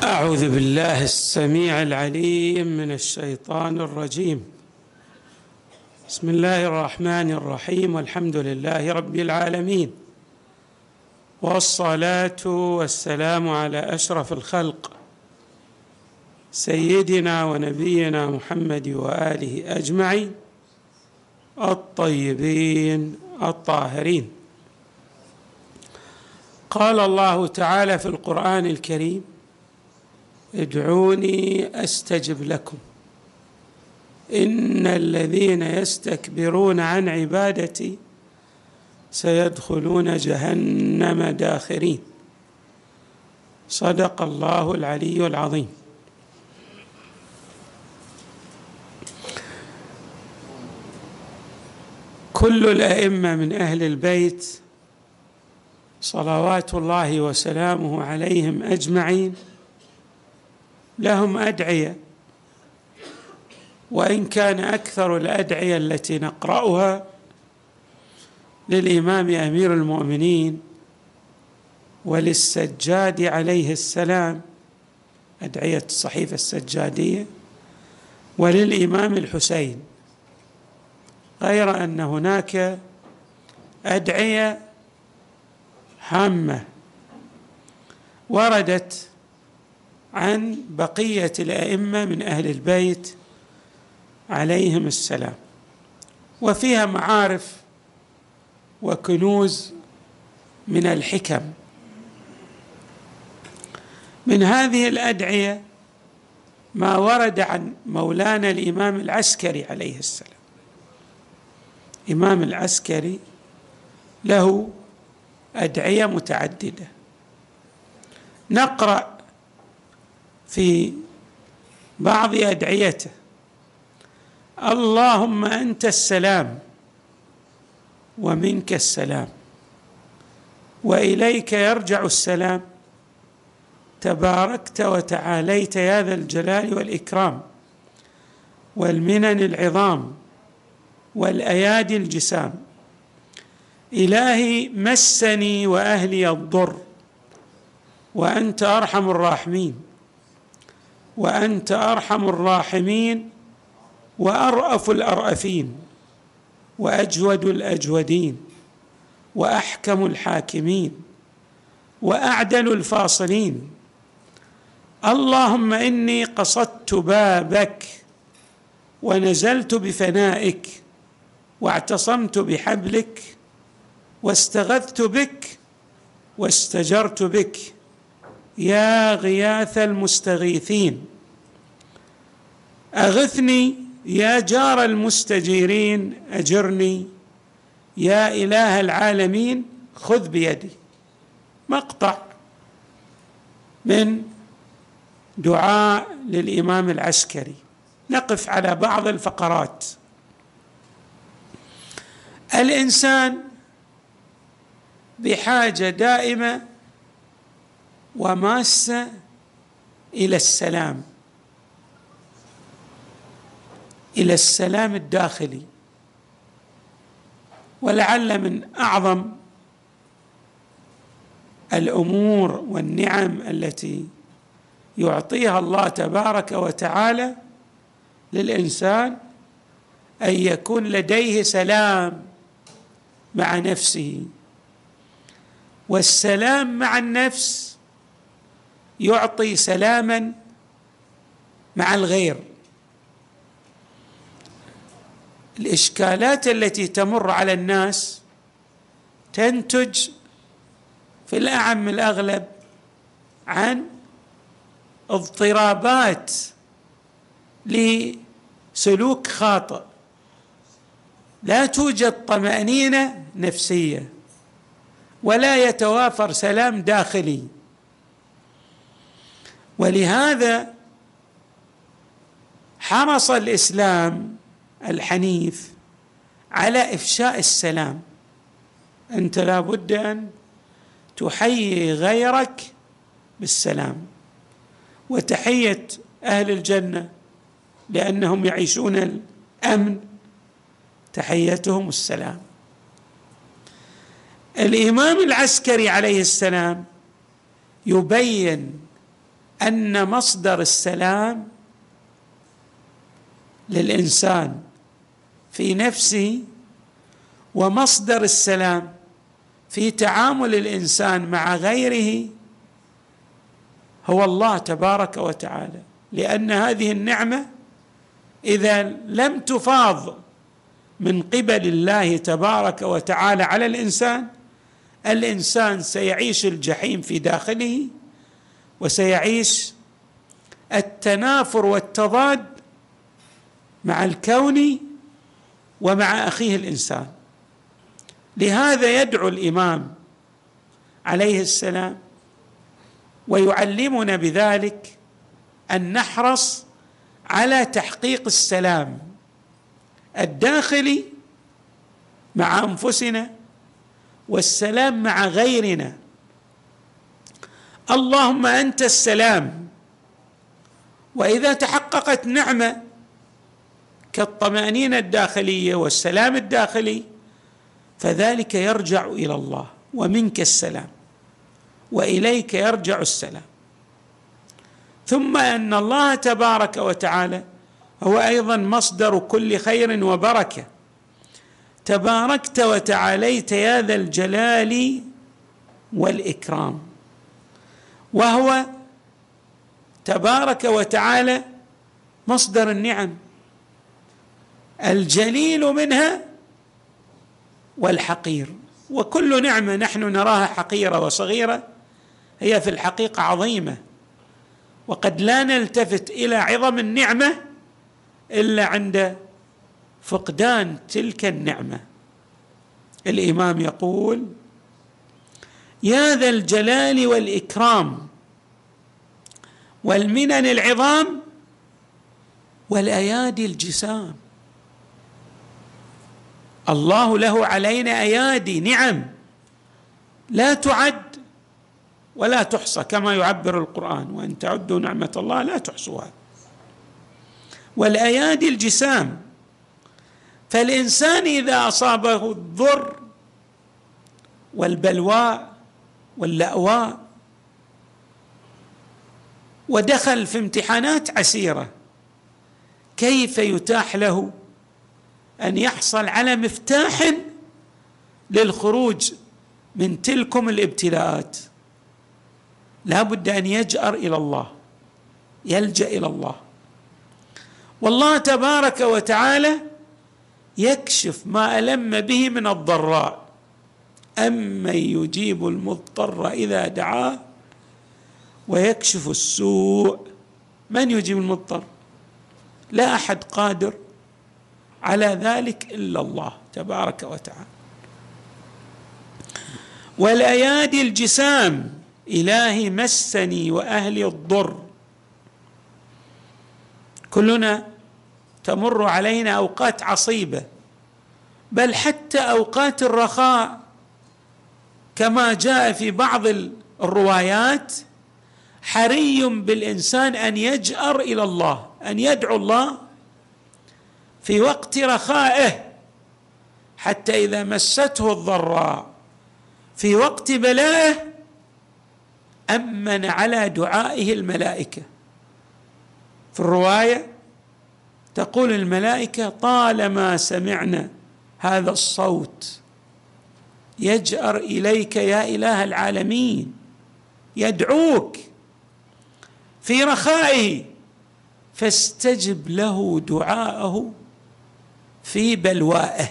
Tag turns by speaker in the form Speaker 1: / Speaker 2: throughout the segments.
Speaker 1: أعوذ بالله السميع العليم من الشيطان الرجيم. بسم الله الرحمن الرحيم، والحمد لله رب العالمين، والصلاة والسلام على أشرف الخلق سيدنا ونبينا محمد وآله أجمعين الطيبين الطاهرين. قال الله تعالى في القرآن الكريم: ادعوني أستجب لكم إن الذين يستكبرون عن عبادتي سيدخلون جهنم داخرين. صدق الله العلي العظيم. كل الأئمة من أهل البيت صلوات الله وسلامه عليهم أجمعين لهم أدعية، وإن كان أكثر الأدعية التي نقرأها للإمام أمير المؤمنين وللسجاد عليه السلام، أدعية الصحيفة السجادية، وللإمام الحسين، غير أن هناك أدعية هامة وردت عن بقية الأئمة من أهل البيت عليهم السلام، وفيها معارف وكنوز من الحكم. من هذه الأدعية ما ورد عن مولانا الإمام العسكري عليه السلام. الإمام العسكري له أدعية متعددة، نقرأ في بعض أدعيته: اللهم أنت السلام ومنك السلام وإليك يرجع السلام، تباركت وتعاليت يا ذا الجلال والإكرام والمنن العظام والأيادي الجسام. إلهي مسني وأهلي الضر وأنت أرحم الراحمين، وأنت أرحم الراحمين وأرأف الأرأفين وأجود الأجودين وأحكم الحاكمين وأعدل الفاصلين. اللهم إني قصدت بابك ونزلت بفنائك واعتصمت بحبلك واستغثت بك واستجرت بك يا غياث المستغيثين. أغثني يا جار المستجيرين، أجرني يا إله العالمين، خذ بيدي. مقطع من دعاء للإمام العسكري، نقف على بعض الفقرات. الإنسان بحاجة دائمة وماسة إلى السلام، إلى السلام الداخلي. ولعل من أعظم الأمور والنعم التي يعطيها الله تبارك وتعالى للإنسان أن يكون لديه سلام مع نفسه، والسلام مع النفس يعطي سلاما مع الغير. الإشكالات التي تمر على الناس تنتج في الأعم الأغلب عن اضطرابات لسلوك خاطئ، لا توجد طمأنينة نفسية ولا يتوافر سلام داخلي. ولهذا حرص الإسلام الحنيف على إفشاء السلام. أنت لا بد أن تحيي غيرك بالسلام. وتحية أهل الجنة لأنهم يعيشون الأمن تحيتهم السلام. الإمام العسكري عليه السلام يبين أن مصدر السلام للإنسان في نفسه ومصدر السلام في تعامل الإنسان مع غيره هو الله تبارك وتعالى، لأن هذه النعمة إذا لم تفاض من قبل الله تبارك وتعالى على الإنسان سيعيش الجحيم في داخله، وسيعيش التنافر والتضاد مع الكون ومع أخيه الإنسان. لهذا يدعو الإمام عليه السلام ويعلمنا بذلك أن نحرص على تحقيق السلام الداخلي مع أنفسنا والسلام مع غيرنا. اللهم أنت السلام، وإذا تحققت نعمة كالطمأنينة الداخلية والسلام الداخلي فذلك يرجع إلى الله، ومنك السلام وإليك يرجع السلام. ثم أن الله تبارك وتعالى هو أيضا مصدر كل خير وبركة. تباركت وتعاليت يا ذا الجلال والإكرام، وهو تبارك وتعالى مصدر النعم الجليل منها والحقير. وكل نعمة نحن نراها حقيرة وصغيرة هي في الحقيقة عظيمة، وقد لا نلتفت إلى عظم النعمة إلا عند فقدان تلك النعمة. الإمام يقول: يا ذا الجلال والإكرام والمنن العظام والأيادي الجسام. الله له علينا أيادي، نعم لا تعد ولا تحصى، كما يعبر القرآن: وإن تعدوا نعمة الله لا تحصوها. والأيادي الجسام، فالإنسان إذا أصابه الضر والبلواء واللأواء ودخل في امتحانات عسيرة، كيف يتاح له أن يحصل على مفتاح للخروج من تلكم الابتلاءات؟ لا بد أن يجأر إلى الله، يلجأ إلى الله. والله تبارك وتعالى يكشف ما ألم به من الضراء: أمن يجيب المضطر إذا دعاه ويكشف السوء. من يجيب المضطر؟ لا أحد قادر على ذلك إلا الله تبارك وتعالى. والأيادي الجسام، إلهي مسني وأهلي الضر. كلنا تمر علينا أوقات عصيبة، بل حتى أوقات الرخاء، كما جاء في بعض الروايات: حري بالإنسان أن يجأر إلى الله، أن يدعو الله في وقت رخائه، حتى إذا مسته الضراء في وقت بلائه أمن على دعائه الملائكة. في الرواية تقول الملائكة: طالما سمعنا هذا الصوت يجأر إليك يا إله العالمين، يدعوك في رخائه، فاستجب له دعاءه في بلوائه.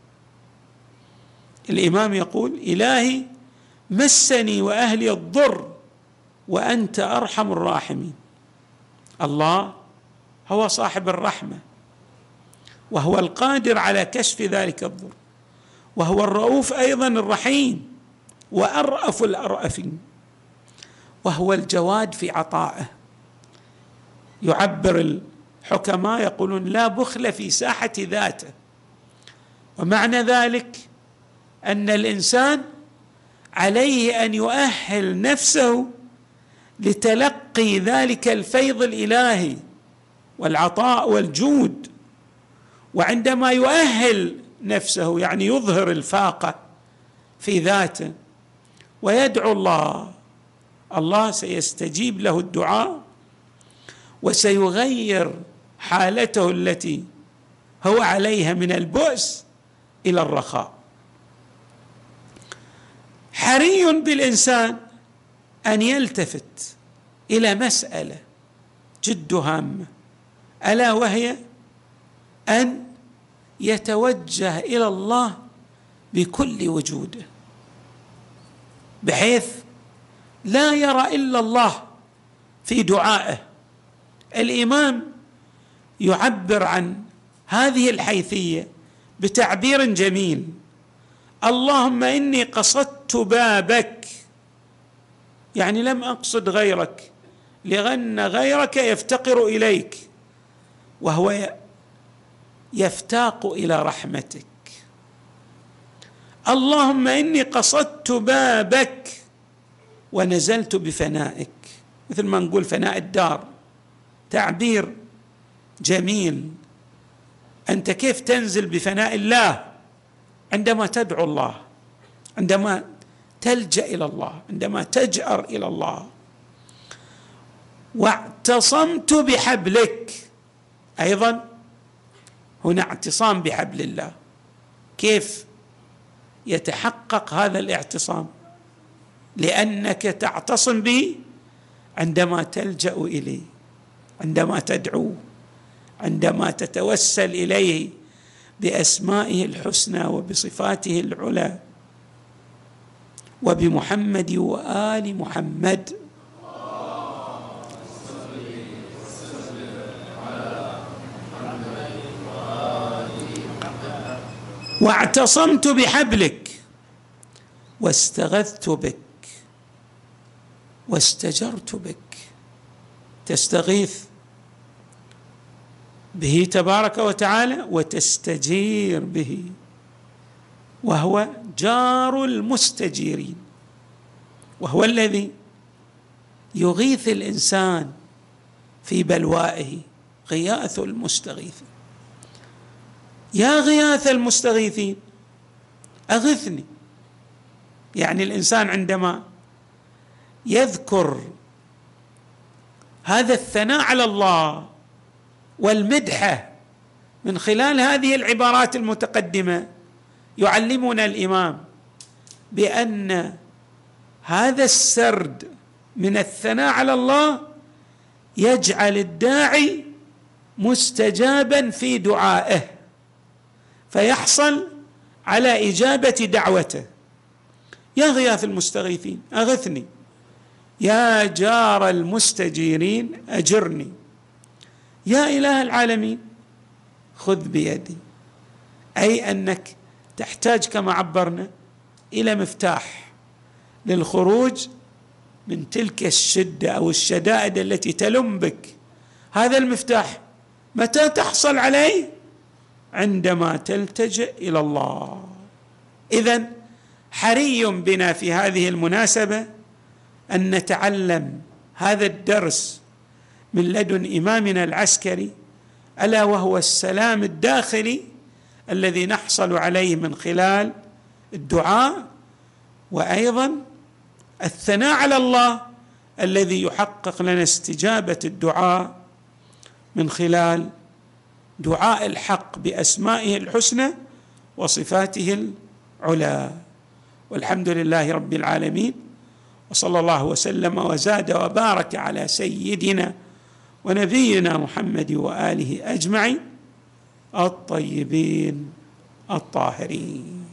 Speaker 1: الإمام يقول: إلهي مسني وأهلي الضر وأنت أرحم الراحمين. الله هو صاحب الرحمة، وهو القادر على كشف ذلك الضر، وهو الرؤوف أيضا الرحيم، وأرأف الأرأفين، وهو الجواد في عطائه. يعبر الحكماء يقولون: لا بخل في ساحة ذاته. ومعنى ذلك أن الإنسان عليه أن يؤهل نفسه لتلقي ذلك الفيض الإلهي والعطاء والجود. وعندما يؤهل نفسه يعني يظهر الفاقة في ذاته ويدعو الله، الله سيستجيب له الدعاء وسيغير حالته التي هو عليها من البؤس إلى الرخاء. حري بالإنسان أن يلتفت إلى مسألة جد هامة، ألا وهي أن يتوجه إلى الله بكل وجوده، بحيث لا يرى إلا الله في دعائه. الإمام يعبر عن هذه الحيثية بتعبير جميل: اللهم إني قصدت بابك، يعني لم أقصد غيرك، لأن غيرك يفتقر إليك وهو يفتاق إلى رحمتك. اللهم إني قصدت بابك ونزلت بفنائك، مثل ما نقول فناء الدار، تعبير جميل. أنت كيف تنزل بفناء الله؟ عندما تدعو الله، عندما تلجأ إلى الله، عندما تجأر إلى الله. واعتصمت بحبلك، أيضا هنا اعتصام بحبل الله. كيف يتحقق هذا الاعتصام؟ لأنك تعتصم به عندما تلجأ إليه، عندما تدعوه، عندما تتوسل إليه بأسمائه الحسنى وبصفاته العلى وبمحمد وآل محمد. واعتصمت بحبلك واستغثت بك واستجرت بك. تستغيث به تبارك وتعالى وتستجير به، وهو جار المستجيرين، وهو الذي يغيث الإنسان في بلوائه، غياث المستغيثين. يا غياث المستغيثين أغثني. يعني الإنسان عندما يذكر هذا الثناء على الله والمدحة من خلال هذه العبارات المتقدمة، يعلمنا الإمام بأن هذا السرد من الثناء على الله يجعل الداعي مستجابا في دعائه، فيحصل على إجابة دعوته. يا غياث المستغيثين أغثني، يا جار المستجيرين أجرني، يا إله العالمين خذ بيدي. أي أنك تحتاج كما عبرنا إلى مفتاح للخروج من تلك الشدة أو الشدائد التي تلم بك. هذا المفتاح متى تحصل عليه؟ عندما تلتجئ إلى الله. إذن حري بنا في هذه المناسبة أن نتعلم هذا الدرس من لدن إمامنا العسكري، ألا وهو السلام الداخلي الذي نحصل عليه من خلال الدعاء، وأيضا الثناء على الله الذي يحقق لنا استجابة الدعاء من خلال دعاء الحق بأسمائه الحسنى وصفاته العلى. والحمد لله رب العالمين، وصلى الله وسلم وزاد وبارك على سيدنا ونبينا محمد وآله أجمعين الطيبين الطاهرين.